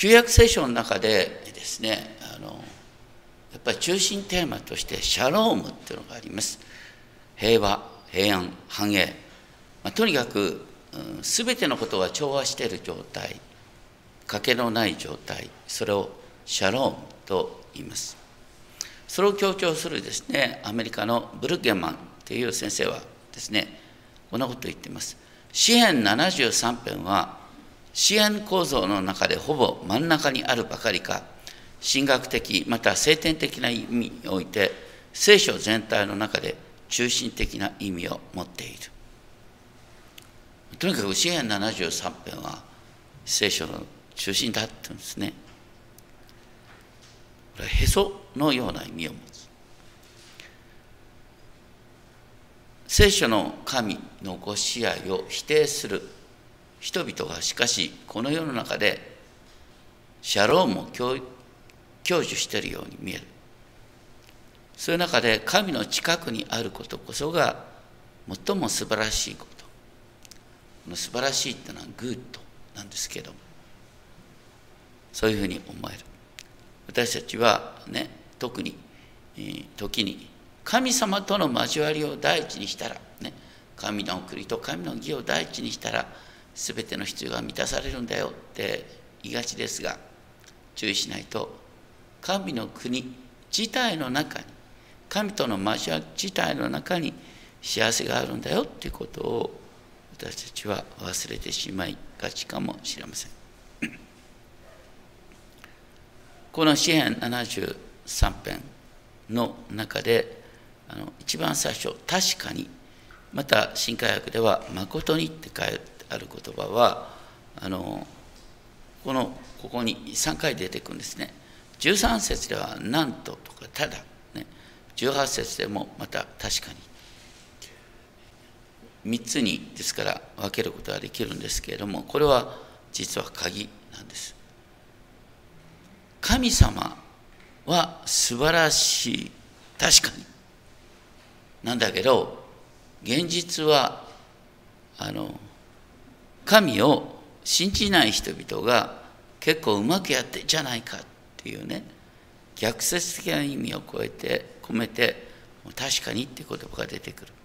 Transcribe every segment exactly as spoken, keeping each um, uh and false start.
旧約聖書の中でですね、あのやっぱり中心テーマとしてシャロームっていうのがあります。平和、平安、繁栄、まあ、とにかくすべ、うん、てのことが調和している状態、欠けのない状態、それをシャロームと言います。それを強調するですね、アメリカのブルッゲンマンという先生はですね、こんなことを言っています。詩編ななじゅうさん編は詩編構造の中でほぼ真ん中にあるばかりか、神学的また聖典的な意味において聖書全体の中で中心的な意味を持っている。とにかく詩編ななじゅうさん編は聖書の中心だって言うんですね。これはへそのような意味を持つ。聖書の神のご支配を否定する人々がしかしこの世の中でシャロームを享受しているように見える。そういう中で神の近くにあることこそが最も素晴らしいこと。この素晴らしいっていうのはグッドなんですけども、そういうふうに思える。私たちはね、特に、えー、時に神様との交わりを第一にしたら、ね、神の国と神の義を第一にしたらすべての必要が満たされるんだよって言いがちですが、注意しないと神の国自体の中に、神との交わり自体の中に幸せがあるんだよっていうことを私たちは忘れてしまいがちかもしれません。この詩編ななじゅうさん編の中であの一番最初、確かに、また新海訳では誠にって書いてある言葉はあのこのここにさんかい出てくるんですね。じゅうさん節ではなんととかただ、ね、じゅうはち節でもまた確かに、みっつにですから分けることができるんですけれども、これは実は鍵なんです。神様は素晴らしい、確かになんだけど、現実はあの神を信じない人々が結構うまくやってんじゃないかっていうね、逆説的な意味を超えて込めて確かにっていう言葉が出てくる。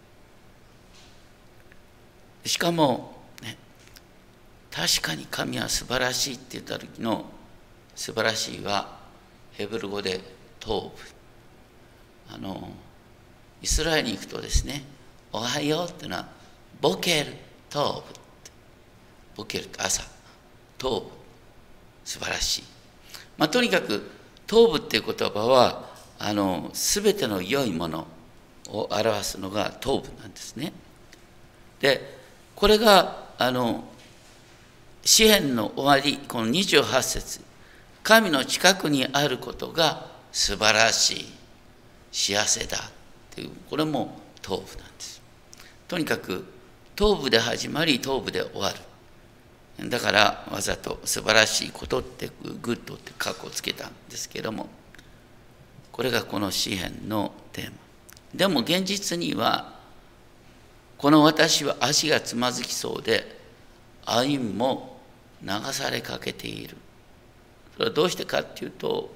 しかも、ね、確かに神は素晴らしいって言った時の素晴らしいはヘブル語でトーブ。あのイスラエルに行くとですね、おはようっていうのはボケルトーブ。ボケルって朝、トーブ、素晴らしい。まあ、とにかくトーブっていう言葉はあの全ての良いものを表すのがトーブなんですね。でこれがあの詩編の終わり、このにじゅうはち節、神の近くにあることが素晴らしい、幸せだっていう、これもトーブなんです。とにかくトーブで始まりトーブで終わる。だからわざと素晴らしいことってグッドって括弧をつけたんですけども、これがこの詩編のテーマ。でも現実にはこの私は足がつまずきそうで歩みも流されかけている。それはどうしてかっていうと、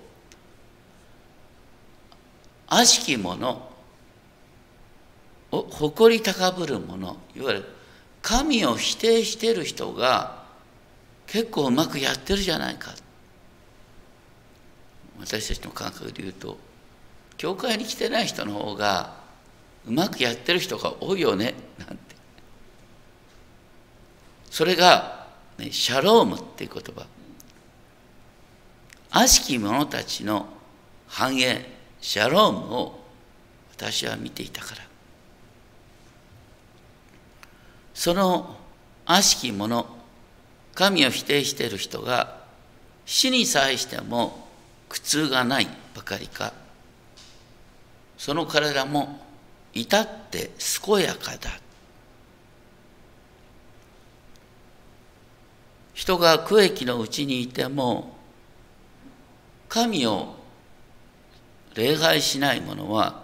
悪しき者を誇り高ぶる者、いわゆる神を否定している人が結構うまくやってるじゃないか。私たちの感覚で言うと、教会に来てない人の方がうまくやってる人が多いよねなんて。それが、ね、シャロームっていう言葉。悪しき者たちの繁栄、シャロームを私は見ていたから。その悪しき者、神を否定している人が死に際しても苦痛がないばかりか、その体も至って健やかだ。人が苦役のうちにいても神を礼拝しない者は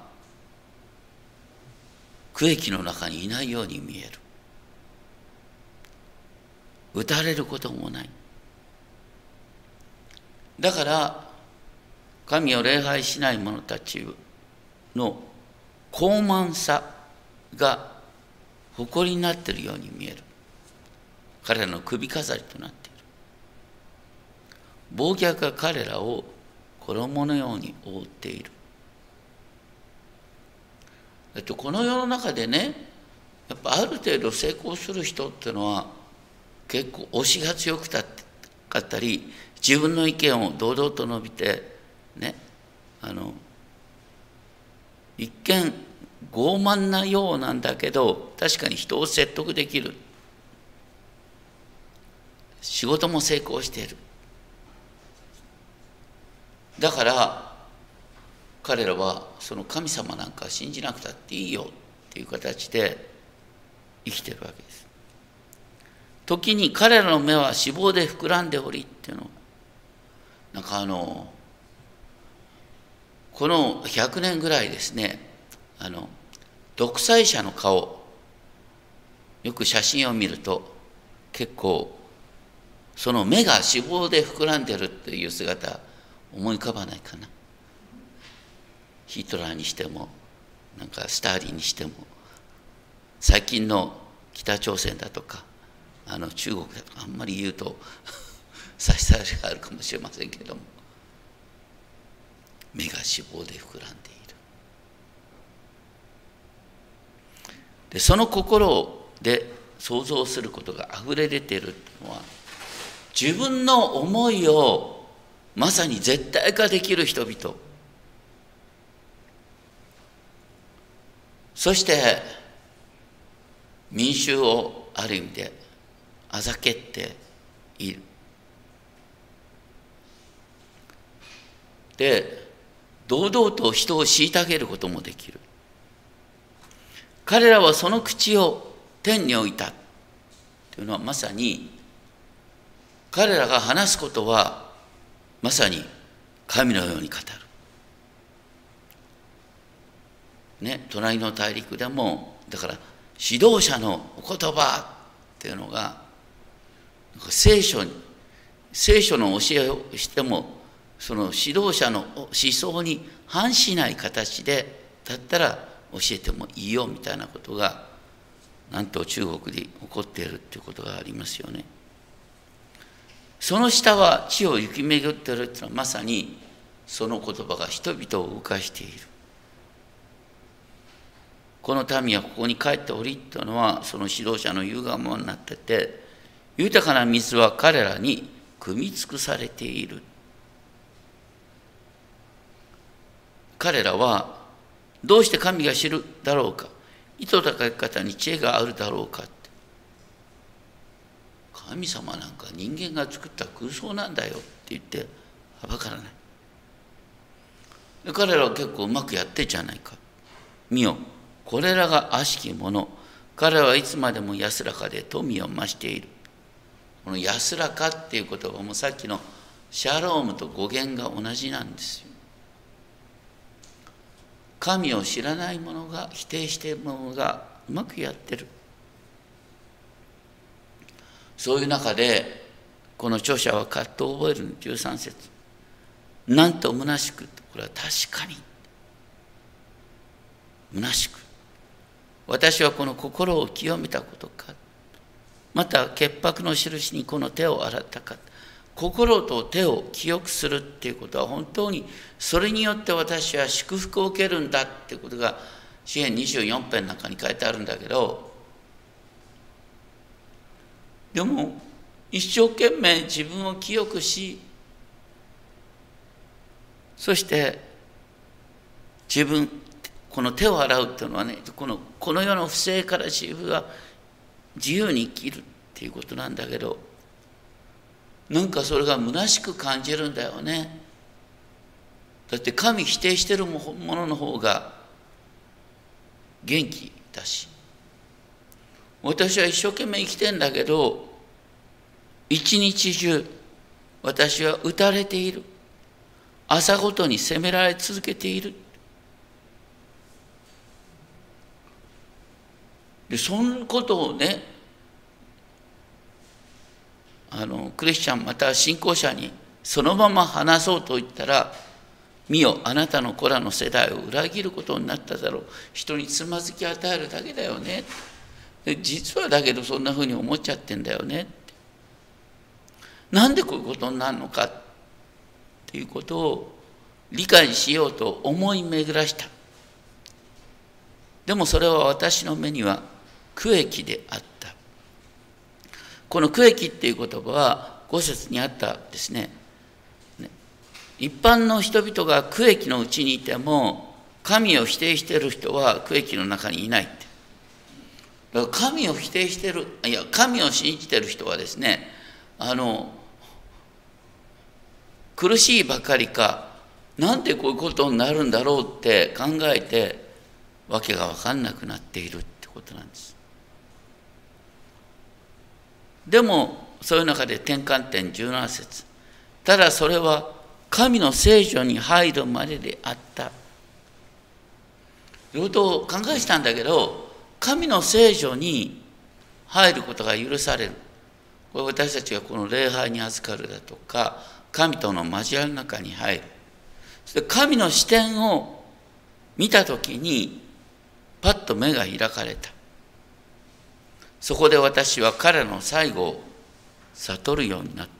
苦役の中にいないように見える。打たれることもない。 だから神を礼拝しない者たちの高慢さが誇りになっているように見える。彼らの首飾りとなっている。暴虐が彼らを衣のように覆っている。だってこの世の中でね、やっぱある程度成功する人っていうのは結構推しが強くたかったり、自分の意見を堂々と述べてね、あの一見傲慢なようなんだけど、確かに人を説得できる。仕事も成功している。だから彼らはその神様なんか信じなくたっていいよっていう形で生きてるわけです。時に彼らの目は脂肪で膨らんでおりっていうのは、なんかあのこのひゃくねんぐらいですね、あの独裁者の顔、よく写真を見ると結構その目が脂肪で膨らんでるっていう姿思い浮かばないかな。ヒトラーにしてもなんかスターリンにしても、最近の北朝鮮だとかあの中国だとか、あんまり言うと差し障りがあるかもしれませんけれども、目が脂肪で膨らんでいる。でその心で想像することがあふれ出ているというのは、自分の思いをまさに絶対化できる人々、そして民衆をある意味であざけっている。で堂々と人を虐げることもできる。彼らはその口を天に置いたというのは、まさに彼らが話すことはまさに神のように語る。ね、隣の大陸でもだから指導者のお言葉っていうのが聖書に聖書の教えをしても、その指導者の思想に反しない形でだったら教えてもいいよみたいなことが、なんと中国で起こっているということがありますよね。その下は地を行き巡っているというのは、まさにその言葉が人々を動かしている。この民はここに帰っておりというのは、その指導者の言うがままになってて、豊かな水は彼らに汲み尽くされている。彼らはどうして神が知るだろうか、意図高い方に知恵があるだろうかって。神様なんか人間が作った空想なんだよって言ってはばからない。で彼らは結構うまくやってんじゃないか。見よ、これらが悪しき者、彼らはいつまでも安らかで富を増している。この安らかっていう言葉もさっきのシャロームと語源が同じなんですよ。神を知らない者が否定している者がうまくやってる。そういう中でこの著者は葛藤を覚えるじゅうさん節、なんと虚しく、これは確かに虚しく、私はこの心を清めたことか、また潔白の印にこの手を洗ったか。心と手を清くするっていうことは、本当にそれによって私は祝福を受けるんだっていうことが詩編にじゅうよん編の中に書いてあるんだけど、でも一生懸命自分を清くし、そして自分この手を洗うっていうのはね、このこの世の不正から自分は自由に生きるっていうことなんだけど、なんかそれが虚しく感じるんだよね。だって神否定してるものの方が元気だし、私は一生懸命生きてんだけど、一日中私は打たれている。朝ごとに責められ続けている。でそのことをね、あのクリスチャンまたは信仰者にそのまま話そうと言ったら、見よ、あなたの子らの世代を裏切ることになっただろう。人につまずき与えるだけだよね。実はだけどそんなふうに思っちゃってんだよねって。なんでこういうことになるのかっていうことを理解しようと思い巡らした。でもそれは私の目には苦役であった。この苦役っていう言葉はご節にあったですね。一般の人々が苦役のうちにいても、神を否定している人は苦役の中にいないって。だから神を否定している、いや、神を信じている人はですね、あの、苦しいばかりか、なんでこういうことになるんだろうって考えて、わけが分かんなくなっているってことなんです。でも、そういう中で転換点じゅうなな節。ただそれは、神の聖所に入るまでであった。いろいろと考えしたんだけど、神の聖所に入ることが許される。これ私たちがこの礼拝に預かるだとか、神との交わりの中に入る。そして神の視点を見たときに、パッと目が開かれた。そこで私は彼の最後を悟るようになった。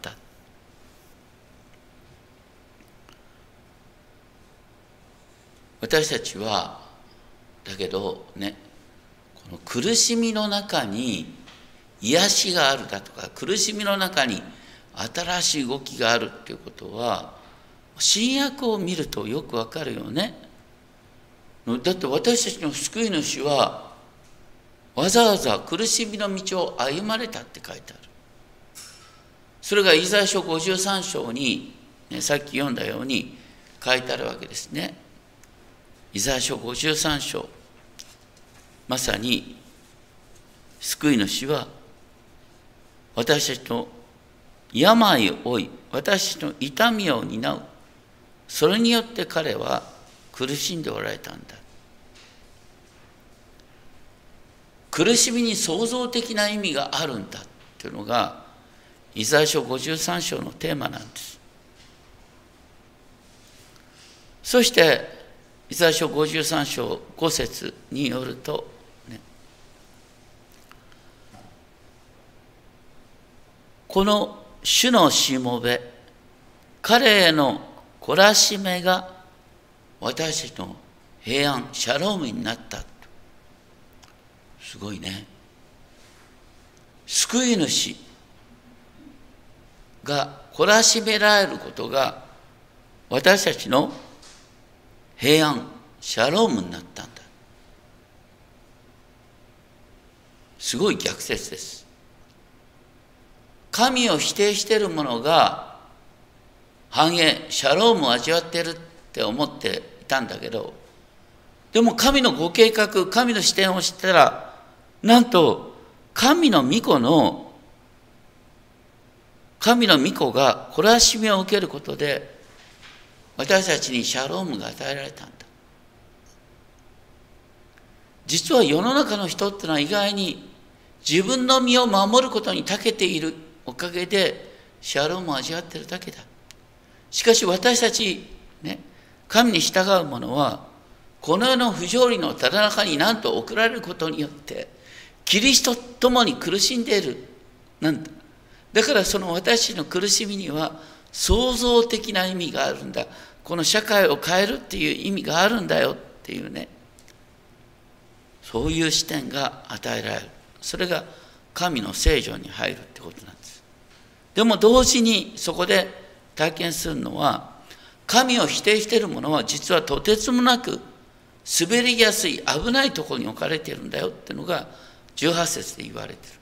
私たちはだけどね、この苦しみの中に癒しがあるだとか、苦しみの中に新しい動きがあるっていうことは、新約を見るとよくわかるよね。だって私たちの救い主はわざわざ苦しみの道を歩まれたって書いてある。それがイザヤ書ごじゅうさん章に、ね、さっき読んだように書いてあるわけですね。イザヤ書ごじゅうさん章、まさに救い主は私たちの病を負い、私たちの痛みを担う。それによって彼は苦しんでおられたんだ。苦しみに創造的な意味があるんだっていうのがイザヤ書ごじゅうさん章のテーマなんです。そしてイザヤ書ごじゅうさん章ご節によると、ね、この主のしもべ、彼への懲らしめが私たちの平安、シャロームになった。すごいね。救い主が懲らしめられることが私たちの平安、シャロームになったんだ。すごい逆説です。神を否定している者が繁栄、シャロームを味わっているって思っていたんだけど、でも神のご計画、神の視点を知ったら、なんと神の御子の神の御子が懲らしめを受けることで私たちにシャロームが与えられたんだ。実は世の中の人っていうのは意外に自分の身を守ることに長けているおかげでシャロームを味わっているだけだ。しかし私たち、ね、神に従う者はこの世の不条理のただ中になんと送られることによってキリストと共に苦しんでいる。なんだ。だからその私の苦しみには創造的な意味があるんだ。この社会を変えるっていう意味があるんだよっていうね。そういう視点が与えられる。それが神の聖所に入るってことなんです。でも同時にそこで体験するのは、神を否定している者は実はとてつもなく滑りやすい危ないところに置かれているんだよっていうのがじゅうはち節で言われている。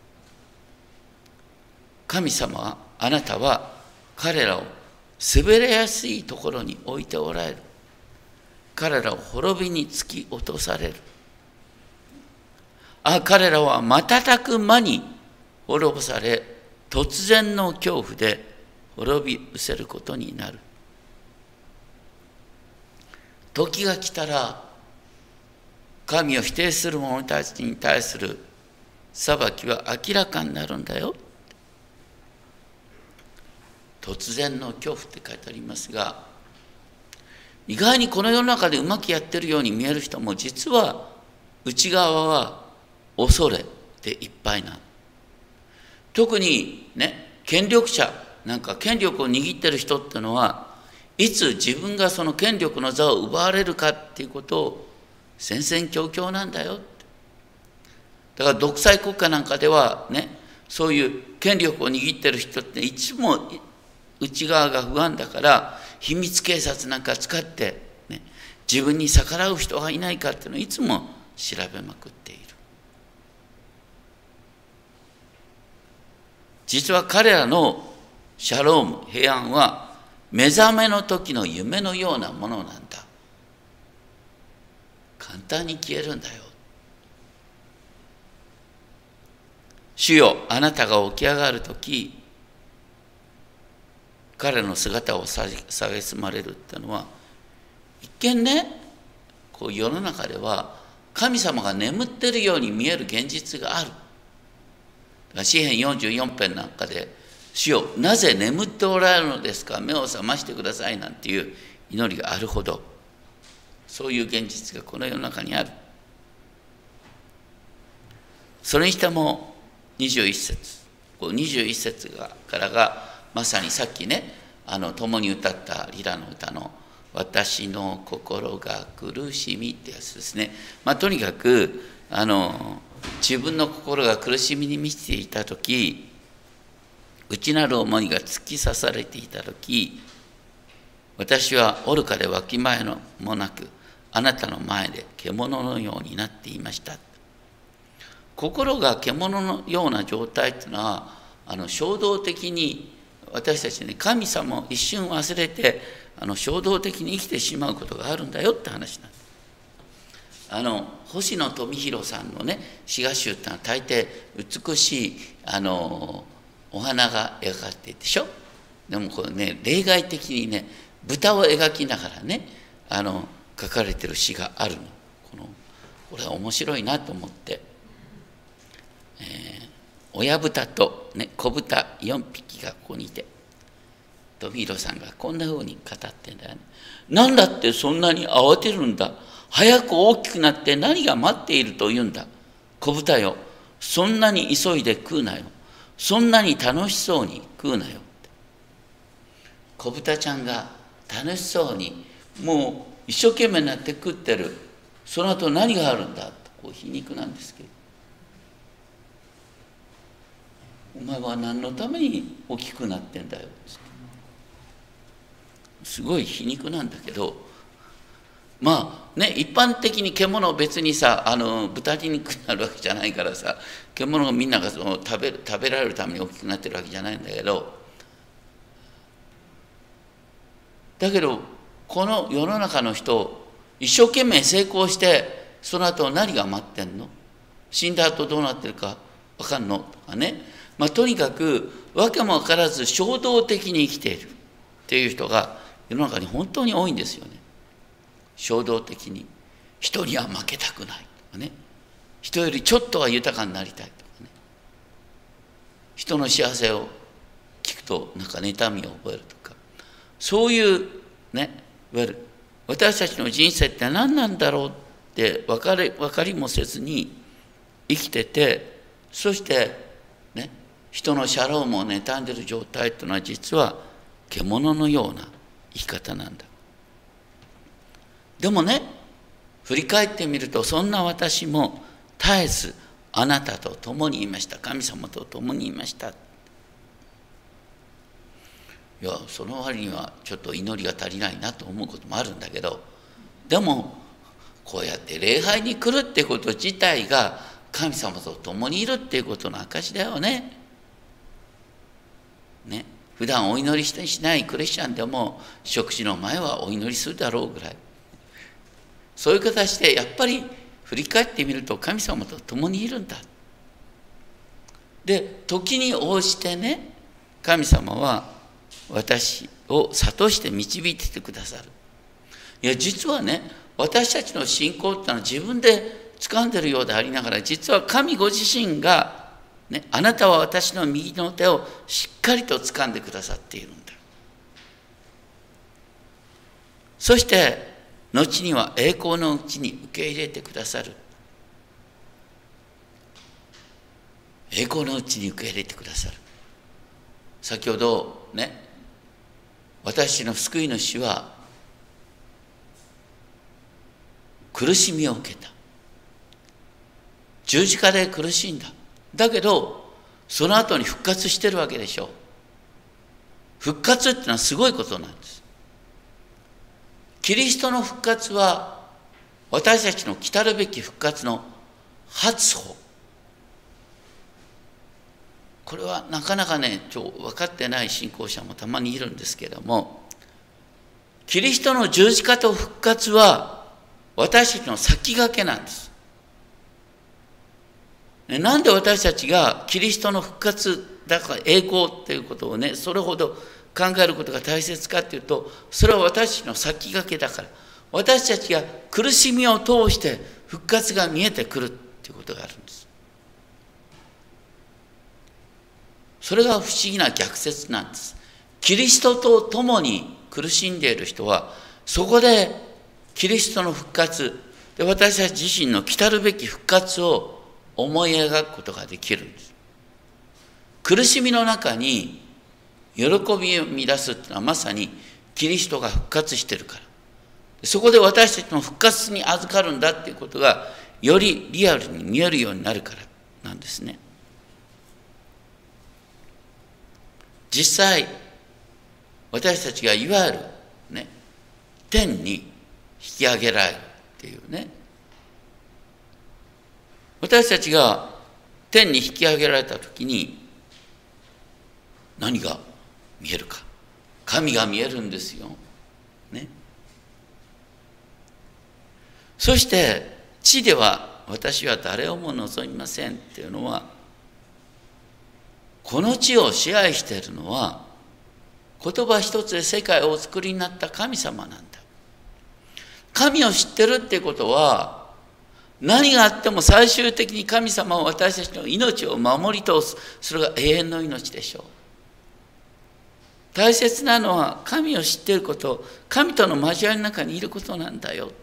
神様は、あなたは彼らを滑りやすいところに置いておられる。彼らを滅びに突き落とされる。あ、彼らは瞬く間に滅ぼされ、突然の恐怖で滅び失せることになる。時が来たら、神を否定する者たちに対する裁きは明らかになるんだよ。 突然の恐怖って書いてありますが、意外にこの世の中でうまくやってるように見える人も、実は内側は恐れでいっぱいなの。特にね、権力者なんか権力を握ってる人ってのは、いつ自分がその権力の座を奪われるかっていうことを戦々恐々なんだよって。だから独裁国家なんかではね、そういう権力を握ってる人っていつも内側が不安だから、秘密警察なんか使って、ね、自分に逆らう人がいないかっていうのをいつも調べまくっている。実は彼らのシャローム、平安は目覚めの時の夢のようなものなんだ。簡単に消えるんだよ。主よ、あなたが起き上がるとき、彼の姿を蔑まれるっていうのは、一見ね、こう世の中では神様が眠ってるように見える現実がある。詩編よんじゅうよん編なんかで、主よ、なぜ眠っておられるのですか、目を覚ましてくださいなんていう祈りがあるほど、そういう現実がこの世の中にある。それにしてもにじゅういっ節、こうにじゅういっ節からがまさにさっきね、あの共に歌ったリラの歌の私の心が苦しみってやつですね。まあとにかくあの自分の心が苦しみに満ちていたとき、内なる思いが突き刺されていたとき、私は愚かでわきまえもなく、あなたの前で獣のようになっていました。心が獣のような状態っていうのは、あの衝動的に私たちね、神様を一瞬忘れて、あの衝動的に生きてしまうことがあるんだよって話なんです。あの星野富弘さんのね、詩画集ってのは大抵美しいあのお花が描かれているでしょ。でもこれね、例外的にね、豚を描きながらね、あの書かれてる詩があるの。このこれは面白いなと思って、えー、親豚と、ね、子豚よんぴきがここにいて、富弘さんがこんなふうに語ってんだよね。なんだってそんなに慌てるんだ。早く大きくなって何が待っているというんだ。子豚よ、そんなに急いで食うなよ。そんなに楽しそうに食うなよ。子豚ちゃんが楽しそうにもう一生懸命になって食ってる。その後何があるんだと、こう皮肉なんですけど、お前は何のために大きくなってんだよ。すごい皮肉なんだけど、まあね、一般的に獣を別にさ、あの豚肉になるわけじゃないからさ、獣がみんながその食べる食べられるために大きくなってるわけじゃないんだけど、だけどこの世の中の人、一生懸命成功してその後何が待ってんの、死んだ後どうなってるか分かんのとかね、まあ、とにかく訳も分からず衝動的に生きているっていう人が世の中に本当に多いんですよね。衝動的に人には負けたくないとかね、人よりちょっとは豊かになりたいとかね、人の幸せを聞くとなんか妬みを覚えるとか、そういうね、いわゆる私たちの人生って何なんだろうって分かり、分かりもせずに生きてて、そしてね、人のシャロームを妬んでいる状態というのは実は獣のような生き方なんだ。でもね、振り返ってみると、そんな私も絶えずあなたと共にいました。神様と共にいました。いや、その割にはちょっと祈りが足りないなと思うこともあるんだけど、でもこうやって礼拝に来るってこと自体が神様と共にいるっていうことの証だよね。ね、普段お祈りしてしないクリスチャンでも食事の前はお祈りするだろうぐらい、そういう形でやっぱり振り返ってみると神様と共にいるんだ。で、時に応じてね、神様は私を諭して導いてくださる。いや、実はね、私たちの信仰っていうのは自分で掴んでるようでありながら、実は神ご自身が、ね、あなたは私の右の手をしっかりと掴んでくださっているんだ。 そして後には栄光のうちに受け入れてくださる。栄光のうちに受け入れてくださる。先ほどね、私の救い主は苦しみを受けた。十字架で苦しんだ。だけどその後に復活してるわけでしょう。復活っていうのはすごいことなんです。キリストの復活は私たちの来たるべき復活の初歩。これはなかなかね、ちょ分かってない信仰者もたまにいるんですけども、キリストの十字架と復活は私たちの先駆けなんです。なんで私たちがキリストの復活だから栄光っていうことをね、それほど考えることが大切かっていうと、それは私たちの先駆けだから、私たちが苦しみを通して復活が見えてくるっていうことがあるんです。それが不思議な逆説なんです。キリストと共に苦しんでいる人は、そこでキリストの復活で私たち自身の来たるべき復活を思い描くことができるんです。苦しみの中に喜びを見出すっていうのはまさにキリストが復活しているから。そこで私たちの復活に預かるんだっていうことがよりリアルに見えるようになるからなんですね。実際私たちがいわゆるね、天に引き上げられるっていうね、私たちが天に引き上げられたときに何が見えるか。神が見えるんですよ。ね。そして地では私は誰をも望みませんっていうのは、この地を支配しているのは言葉一つで世界をお作りになった神様なんだ。神を知ってるってことは、何があっても最終的に神様は私たちの命を守り通す。それが永遠の命でしょう。大切なのは神を知っていること、神との交わりの中にいることなんだよ。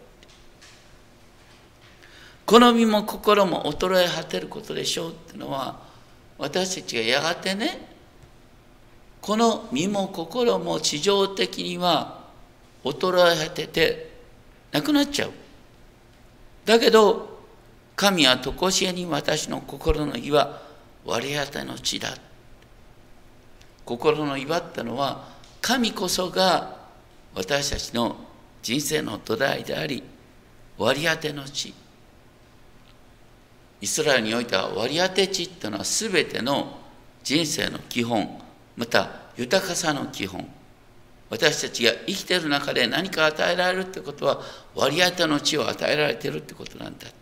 この身も心も衰え果てることでしょうっていうのは、私たちがやがてね、この身も心も地上的には衰え果ててなくなっちゃう。だけど神は常しえに私の心の岩、割り当ての地だ。心の岩ってのは、神こそが私たちの人生の土台であり、割り当ての地。イスラエルにおいては割り当て地っていうのは全ての人生の基本、また豊かさの基本。私たちが生きている中で何か与えられるってことは、割り当ての地を与えられているってことなんだ。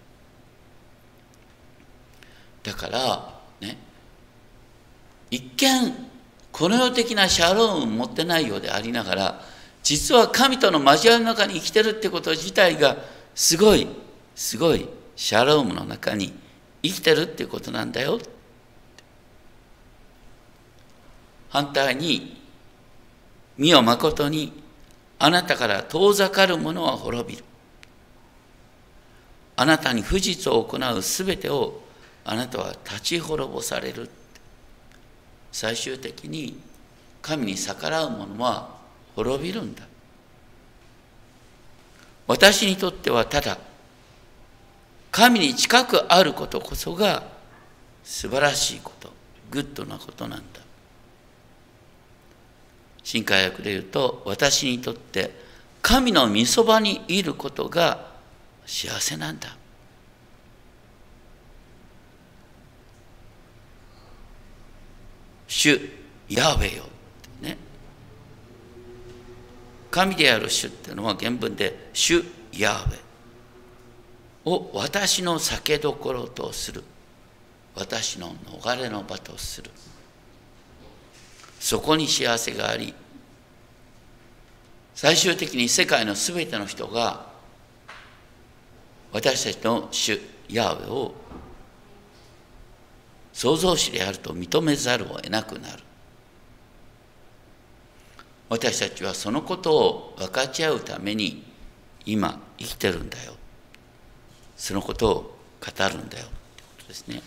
だからね、一見この世的なシャローンを持ってないようでありながら、実は神との交わりの中に生きてるってこと自体がすごいすごいシャロームの中に生きてるっていうことなんだよ。反対に、見よ誠にあなたから遠ざかる者は滅びる。あなたに不実を行うすべてをあなたは立ち滅ぼされる。最終的に神に逆らう者は滅びるんだ。私にとってはただ神に近くあることこそが素晴らしいこと、グッドなことなんだ。新海訳で言うと、私にとって神の御そばにいることが幸せなんだ。主ヤーウェよってね。神である主っていうのは原文で主ヤーウェを私の酒どころとする。私の逃れの場とする。そこに幸せがあり、最終的に世界のすべての人が私たちの主ヤーウェを創造主であると認めざるを得なくなる。 私たちはそのことを分かち合うために今生きてるんだよ。そのことを語るんだよってことですね。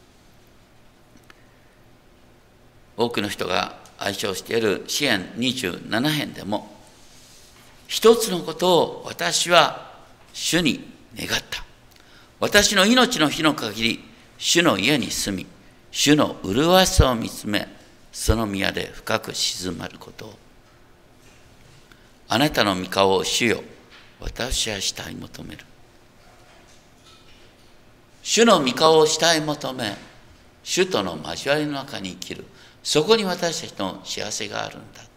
多くの人が愛唱している詩編にじゅうなな編でも、一つのことを私は主に願った。私の命の日の限り、主の家に住み、主の麗しさを見つめ、その宮で深く静まることを。あなたの御顔を主よ、私は慕い求める。主の御顔を慕い求め、主との交わりの中に生きる。そこに私たちの幸せがあるんだって。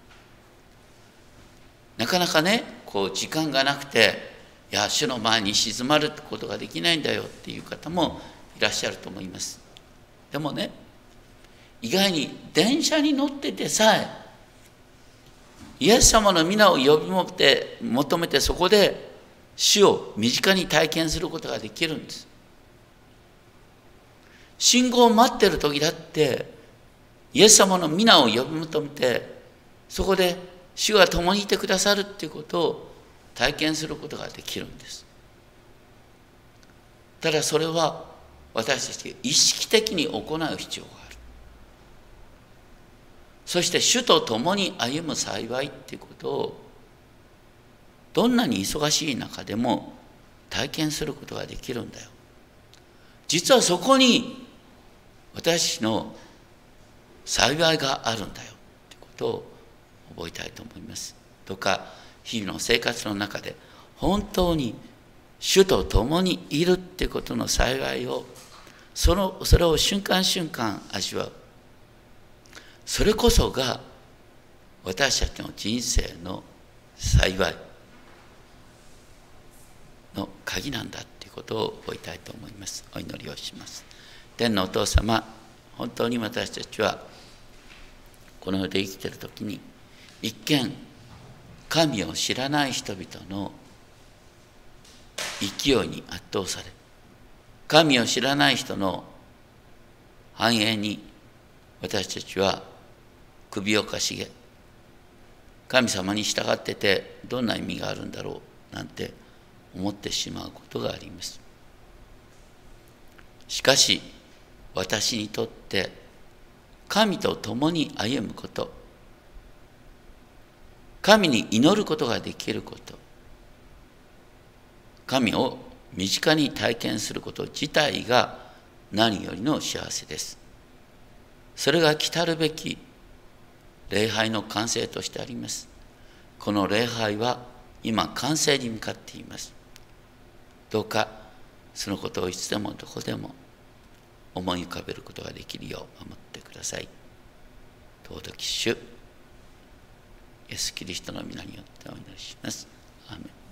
なかなかね、こう時間がなくて、いや、主の前に静まることができないんだよっていう方もいらっしゃると思います。でもね、意外に電車に乗っててさえ、イエス様の皆を呼び求めて、求めてそこで主を身近に体験することができるんです。信号を待ってる時だって、イエス様の皆を呼び求めて、そこで主が共にいてくださるっていうことを体験することができるんです。ただそれは私たちが意識的に行う必要がある。そして主と共に歩む幸いっていうことをどんなに忙しい中でも体験することができるんだよ。実はそこに私の幸いがあるんだよということを覚えたいと思います。どうか日々の生活の中で本当に主と共にいるっていうことの幸いをそのそれを瞬間瞬間味わう。それこそが私たちの人生の幸いの鍵なんだということを覚えたいと思います。お祈りをします。天のお父様、本当に私たちはこの世で生きているときに一見神を知らない人々の勢いに圧倒され、神を知らない人の繁栄に私たちは首をかしげ、神様に従っててどんな意味があるんだろうなんて思ってしまうことがあります。しかし私にとって神と共に歩むこと、神に祈ることができること、神を身近に体験すること自体が何よりの幸せです。それが来たるべき礼拝の完成としてあります。この礼拝は今完成に向かっています。どうかそのことをいつでもどこでも思い浮かべることができるよう守ってください。尊き主イエスキリストの皆によってお祈りします。アーメン。